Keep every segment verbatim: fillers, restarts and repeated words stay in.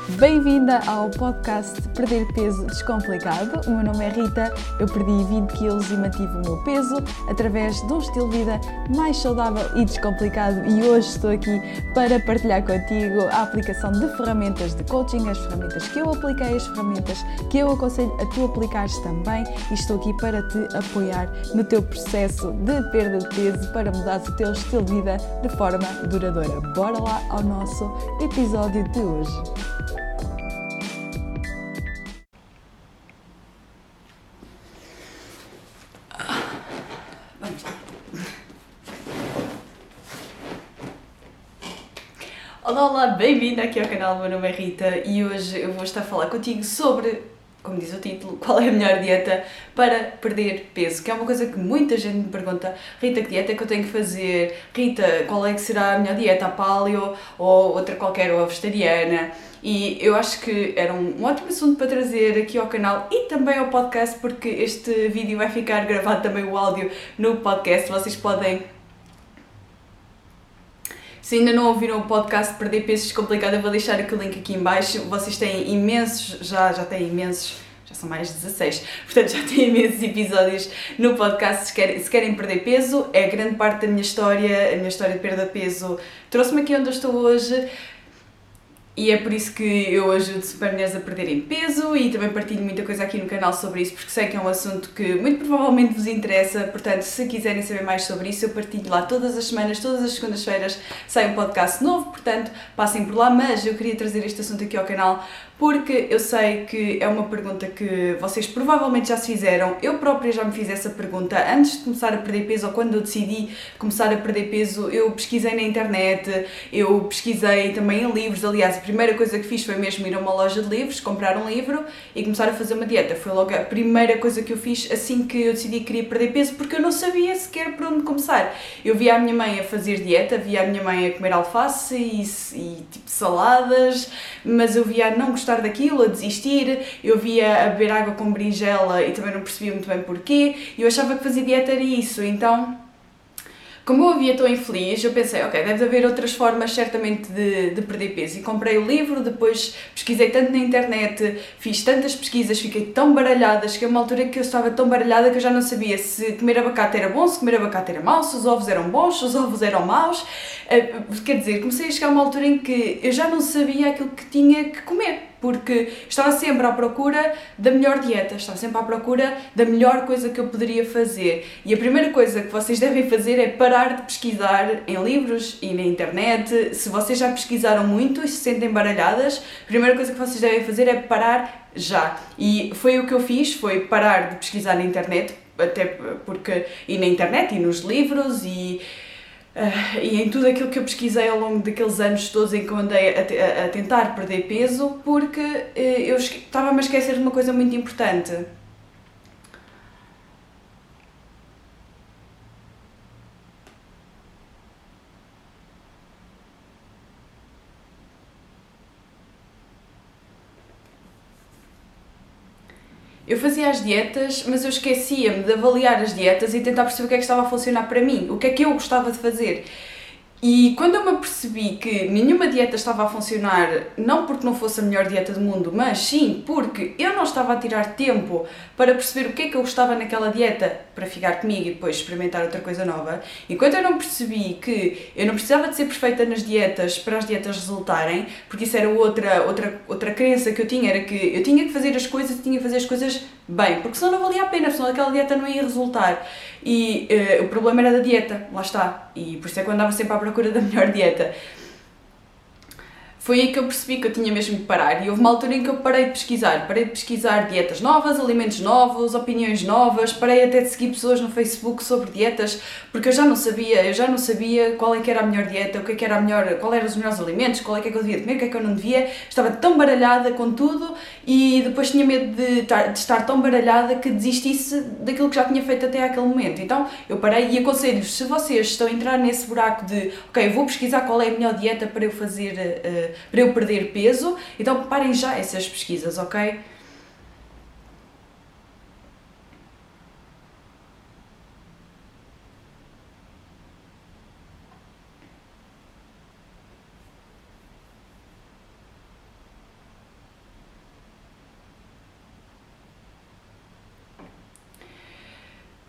Bem-vinda ao podcast Perder Peso Descomplicado. O meu nome é Rita, eu perdi vinte quilos e mantive o meu peso através de um estilo de vida mais saudável e descomplicado, e hoje estou aqui para partilhar contigo a aplicação de ferramentas de coaching, as ferramentas que eu apliquei, as ferramentas que eu aconselho a tu aplicares também, e estou aqui para te apoiar no teu processo de perda de peso, para mudar o teu estilo de vida de forma duradoura. Bora lá ao nosso episódio de hoje. Olá, olá, bem-vinda aqui ao canal, meu nome é Rita e hoje eu vou estar a falar contigo sobre, como diz o título, qual é a melhor dieta para perder peso, que é uma coisa que muita gente me pergunta: Rita, que dieta é que eu tenho que fazer? Rita, qual é que será a melhor dieta, a paleo ou outra qualquer, ou a vegetariana? E eu acho que era um, um ótimo assunto para trazer aqui ao canal e também ao podcast, porque este vídeo vai ficar gravado também o áudio no podcast, vocês podem... Se ainda não ouviram o podcast Perder Peso Descomplicado, eu vou deixar aqui o link aqui em baixo. Vocês têm imensos, já, já têm imensos, já são mais de dezasseis, portanto já têm imensos episódios no podcast se querem, se querem perder peso. É grande parte da minha história, a minha história de perda de peso trouxe-me aqui onde eu estou hoje. E é por isso que eu ajudo super mulheres a perderem peso e também partilho muita coisa aqui no canal sobre isso, porque sei que é um assunto que muito provavelmente vos interessa. Portanto, se quiserem saber mais sobre isso, eu partilho lá todas as semanas, todas as segundas-feiras sai um podcast novo, portanto passem por lá. Mas eu queria trazer este assunto aqui ao canal porque eu sei que é uma pergunta que vocês provavelmente já se fizeram. Eu própria já me fiz essa pergunta antes de começar a perder peso, ou quando eu decidi começar a perder peso. Eu pesquisei na internet, eu pesquisei também em livros. Aliás, a primeira coisa que fiz foi mesmo ir a uma loja de livros, comprar um livro e começar a fazer uma dieta. Foi logo a primeira coisa que eu fiz assim que eu decidi que queria perder peso, porque eu não sabia sequer por onde começar. Eu via a minha mãe a fazer dieta, via a minha mãe a comer alface e, e tipo saladas, mas eu via a não gostar daquilo, a desistir. Eu via a beber água com berinjela e também não percebia muito bem porquê. E eu achava que fazer dieta era isso. Então, como eu a via tão infeliz, eu pensei, ok, deve haver outras formas certamente de, de perder peso. E comprei o livro, depois pesquisei tanto na internet, fiz tantas pesquisas, fiquei tão baralhada, cheguei a uma altura que eu estava tão baralhada que eu já não sabia se comer abacate era bom, se comer abacate era mau, se os ovos eram bons, se os ovos eram maus. Quer dizer, comecei a chegar a uma altura em que eu já não sabia aquilo que tinha que comer, porque estava sempre à procura da melhor dieta, estava sempre à procura da melhor coisa que eu poderia fazer. E a primeira coisa que vocês devem fazer é parar de pesquisar em livros e na internet. Se vocês já pesquisaram muito e se sentem baralhadas, a primeira coisa que vocês devem fazer é parar já. E foi o que eu fiz, foi parar de pesquisar na internet, até porque, e na internet e nos livros e... Uh, e em tudo aquilo que eu pesquisei ao longo daqueles anos todos em que eu andei a, te, a, a tentar perder peso, porque uh, eu estava-me a esquecer de uma coisa muito importante. Eu fazia as dietas, mas eu esquecia-me de avaliar as dietas e tentar perceber o que é que estava a funcionar para mim, o que é que eu gostava de fazer. E quando eu me apercebi que nenhuma dieta estava a funcionar, não porque não fosse a melhor dieta do mundo, mas sim porque eu não estava a tirar tempo para perceber o que é que eu gostava naquela dieta para ficar comigo e depois experimentar outra coisa nova, enquanto eu não percebi que eu não precisava de ser perfeita nas dietas para as dietas resultarem, porque isso era outra, outra, outra crença que eu tinha, era que eu tinha que fazer as coisas, tinha que fazer as coisas bem, porque senão não valia a pena, senão aquela dieta não ia resultar. E uh, o problema era da dieta, lá está, e por isso é que eu andava sempre à procura da melhor dieta. Foi aí que eu percebi que eu tinha mesmo de parar, e houve uma altura em que eu parei de pesquisar, parei de pesquisar dietas novas, alimentos novos, opiniões novas, parei até de seguir pessoas no Facebook sobre dietas, porque eu já não sabia, eu já não sabia qual é que era a melhor dieta, o que é que era a melhor, qual eram os melhores alimentos, qual é que é que eu devia comer, o que é que eu não devia. Estava tão baralhada com tudo e depois tinha medo de estar, de estar tão baralhada que desistisse daquilo que já tinha feito até aquele momento. Então eu parei e aconselho-vos, se vocês estão a entrar nesse buraco de, ok, vou pesquisar qual é a melhor dieta para eu fazer... Uh, para eu perder peso, então parem já essas pesquisas, ok?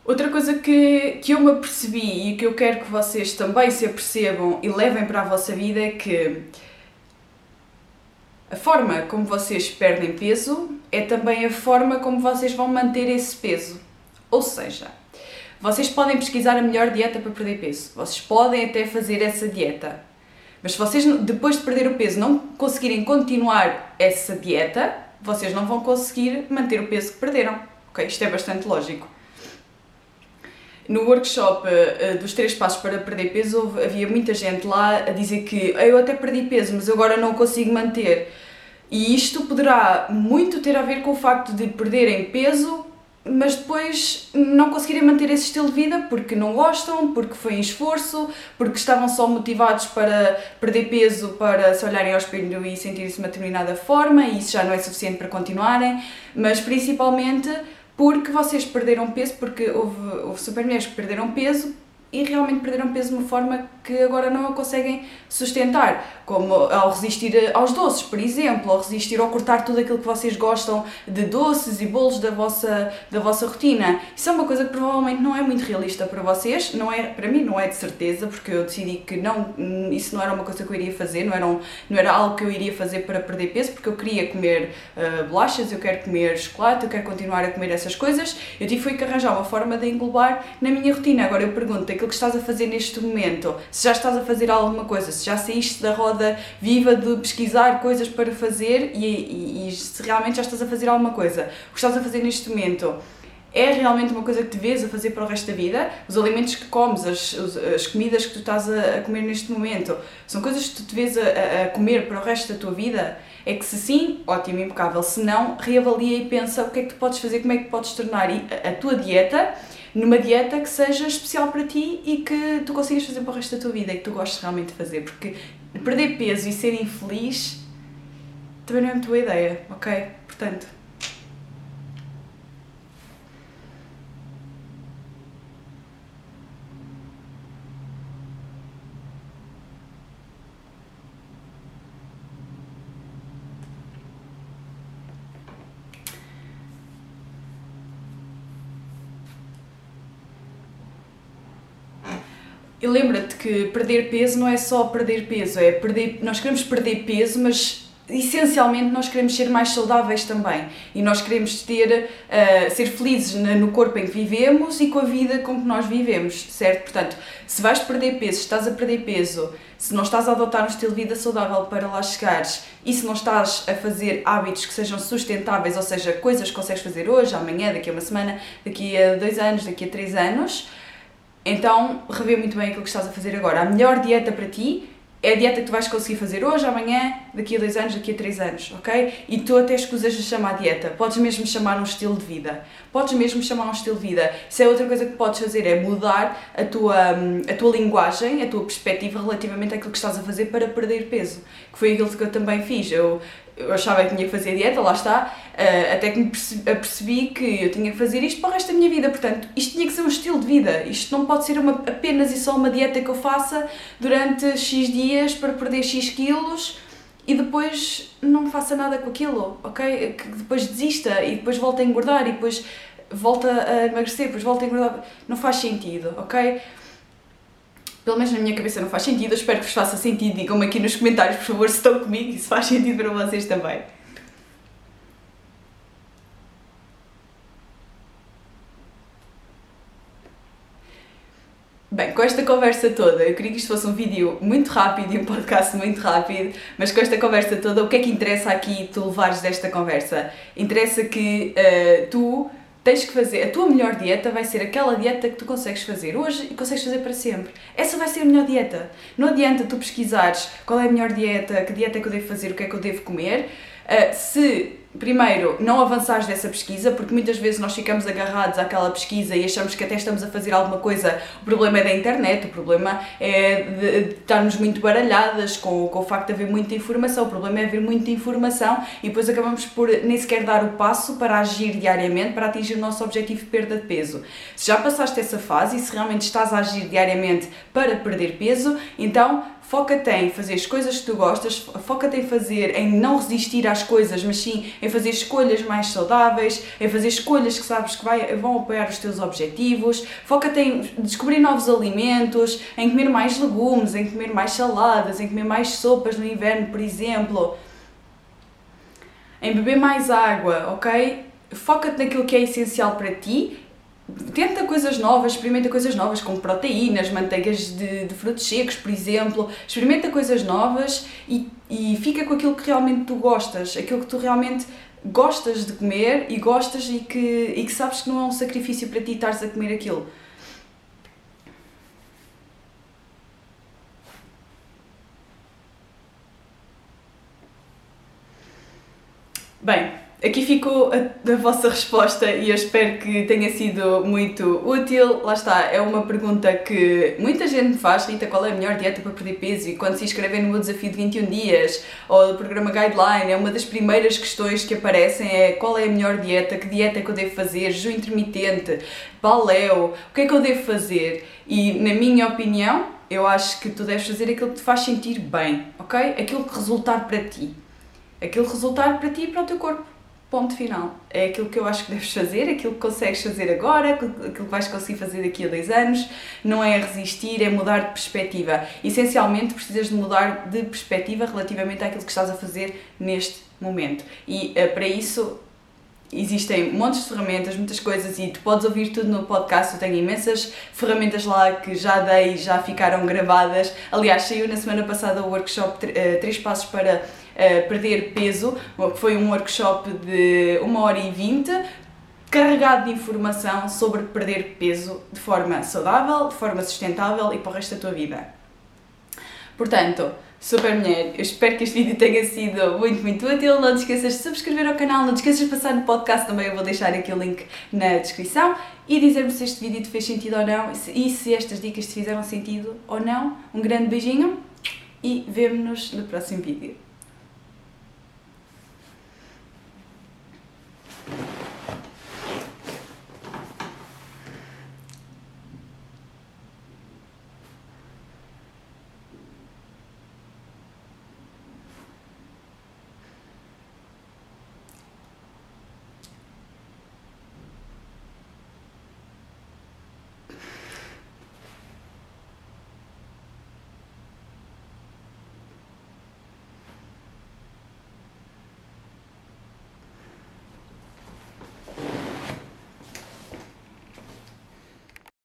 Outra coisa que, que eu me apercebi e que eu quero que vocês também se apercebam e levem para a vossa vida é que a forma como vocês perdem peso é também a forma como vocês vão manter esse peso. Ou seja, vocês podem pesquisar a melhor dieta para perder peso, vocês podem até fazer essa dieta, mas se vocês depois de perder o peso não conseguirem continuar essa dieta, vocês não vão conseguir manter o peso que perderam. Ok? Isto é bastante lógico. No workshop uh, dos três passos para perder peso, houve, havia muita gente lá a dizer que eu até perdi peso, mas agora não consigo manter. E isto poderá muito ter a ver com o facto de perderem peso, mas depois não conseguirem manter esse estilo de vida porque não gostam, porque foi em esforço, porque estavam só motivados para perder peso, para se olharem ao espelho e sentirem-se de uma determinada forma, e isso já não é suficiente para continuarem, mas principalmente porque vocês perderam peso, porque houve, houve super mulheres que perderam peso e realmente perderam peso de uma forma que agora não a conseguem sustentar, como ao resistir aos doces, por exemplo, ao resistir ao cortar tudo aquilo que vocês gostam de doces e bolos da vossa, da vossa rotina. Isso é uma coisa que provavelmente não é muito realista para vocês, não é, para mim não é de certeza, porque eu decidi que não, isso não era uma coisa que eu iria fazer, não era, um, não era algo que eu iria fazer para perder peso, porque eu queria comer uh, bolachas, eu quero comer chocolate, eu quero continuar a comer essas coisas, eu tive foi que arranjar uma forma de englobar na minha rotina. Agora eu pergunto, aquilo que estás a fazer neste momento, se já estás a fazer alguma coisa, se já saíste da roda viva de pesquisar coisas para fazer e, e, e se realmente já estás a fazer alguma coisa, o que estás a fazer neste momento é realmente uma coisa que te vês a fazer para o resto da vida, os alimentos que comes, as, as comidas que tu estás a, a comer neste momento, são coisas que tu te vês a, a comer para o resto da tua vida? É que se sim, ótimo, impecável, se não, reavalia e pensa o que é que tu podes fazer, como é que podes tornar a, a tua dieta numa dieta que seja especial para ti e que tu consigas fazer para o resto da tua vida e que tu gostes realmente de fazer, porque perder peso e ser infeliz também não é muito boa ideia, ok? Portanto, e lembra-te que perder peso não é só perder peso, é perder, nós queremos perder peso, mas essencialmente nós queremos ser mais saudáveis também e nós queremos ter, uh, ser felizes no corpo em que vivemos e com a vida com que nós vivemos, certo? Portanto, se vais perder peso, se estás a perder peso, se não estás a adotar um estilo de vida saudável para lá chegares e se não estás a fazer hábitos que sejam sustentáveis, ou seja, coisas que consegues fazer hoje, amanhã, daqui a uma semana, daqui a dois anos, daqui a três anos, então revê muito bem aquilo que estás a fazer agora. A melhor dieta para ti é a dieta que tu vais conseguir fazer hoje, amanhã, daqui a dois anos, daqui a três anos, ok? E tu até escusas de chamar dieta, podes mesmo chamar um estilo de vida, podes mesmo chamar um estilo de vida. Isso é outra coisa que podes fazer, é mudar a tua, a tua linguagem, a tua perspectiva relativamente àquilo que estás a fazer para perder peso, que foi aquilo que eu também fiz. Eu, eu achava que tinha que fazer dieta, lá está, até que me apercebi que eu tinha que fazer isto para o resto da minha vida, portanto, isto tinha que ser um estilo de vida, isto não pode ser uma, apenas e só uma dieta que eu faça durante X dias para perder X quilos e depois não faça nada com aquilo, ok? Que depois desista e depois volta a engordar e depois volta a emagrecer, depois volta a engordar, não faz sentido, ok? Pelo menos na minha cabeça não faz sentido, eu espero que vos faça sentido, digam-me aqui nos comentários, por favor, se estão comigo e se faz sentido para vocês também. Bem, com esta conversa toda, eu queria que isto fosse um vídeo muito rápido e um podcast muito rápido, mas com esta conversa toda, o que é que interessa aqui tu levares desta conversa? Interessa que uh, tu tens que fazer, a tua melhor dieta vai ser aquela dieta que tu consegues fazer hoje e consegues fazer para sempre. Essa vai ser a melhor dieta. Não adianta tu pesquisares qual é a melhor dieta, que dieta é que eu devo fazer, o que é que eu devo comer, uh, se primeiro não avançares dessa pesquisa, porque muitas vezes nós ficamos agarrados àquela pesquisa e achamos que até estamos a fazer alguma coisa, o problema é da internet, o problema é de, de estarmos muito baralhadas com, com o facto de haver muita informação, o problema é haver muita informação e depois acabamos por nem sequer dar o passo para agir diariamente, para atingir o nosso objetivo de perda de peso. Se já passaste essa fase e se realmente estás a agir diariamente para perder peso, então foca-te em fazer as coisas que tu gostas, foca-te em fazer, em não resistir às coisas, mas sim em fazer escolhas mais saudáveis, em fazer escolhas que sabes que vai, vão apoiar os teus objetivos. Foca-te em descobrir novos alimentos, em comer mais legumes, em comer mais saladas, em comer mais sopas no inverno, por exemplo. Em beber mais água, ok? Foca-te naquilo que é essencial para ti. Tenta coisas novas, experimenta coisas novas, como proteínas, manteigas de, de frutos secos, por exemplo. Experimenta coisas novas e, e fica com aquilo que realmente tu gostas, aquilo que tu realmente gostas de comer e gostas e que, e que sabes que não é um sacrifício para ti estares a comer aquilo. Bem, aqui ficou a, a vossa resposta e eu espero que tenha sido muito útil. Lá está, é uma pergunta que muita gente me faz: Rita, qual é a melhor dieta para perder peso? E quando se inscrevem no meu desafio de vinte e um dias ou do programa Guideline, é uma das primeiras questões que aparecem: é qual é a melhor dieta, que dieta é que eu devo fazer, jejum intermitente, paleo, o que é que eu devo fazer? E na minha opinião, eu acho que tu deves fazer aquilo que te faz sentir bem, ok? Aquilo que resultar para ti. Aquilo resultar para ti e para o teu corpo. Ponto final. É aquilo que eu acho que deves fazer, aquilo que consegues fazer agora, aquilo que vais conseguir fazer daqui a dois anos. Não é resistir, é mudar de perspectiva. Essencialmente precisas de mudar de perspectiva relativamente àquilo que estás a fazer neste momento. E uh, para isso existem montes de ferramentas, muitas coisas, e tu podes ouvir tudo no podcast. Eu tenho imensas ferramentas lá que já dei, já ficaram gravadas. Aliás, saiu na semana passada o workshop três passos para uh, perder peso, que foi um workshop de uma hora e vinte, carregado de informação sobre perder peso de forma saudável, de forma sustentável e para o resto da tua vida. Portanto, super mulher, eu espero que este vídeo tenha sido muito, muito útil. Não te esqueças de subscrever ao canal, não te esqueças de passar no podcast também, eu vou deixar aqui o link na descrição, e dizer-me se este vídeo te fez sentido ou não e se estas dicas te fizeram sentido ou não. Um grande beijinho e vemo-nos no próximo vídeo.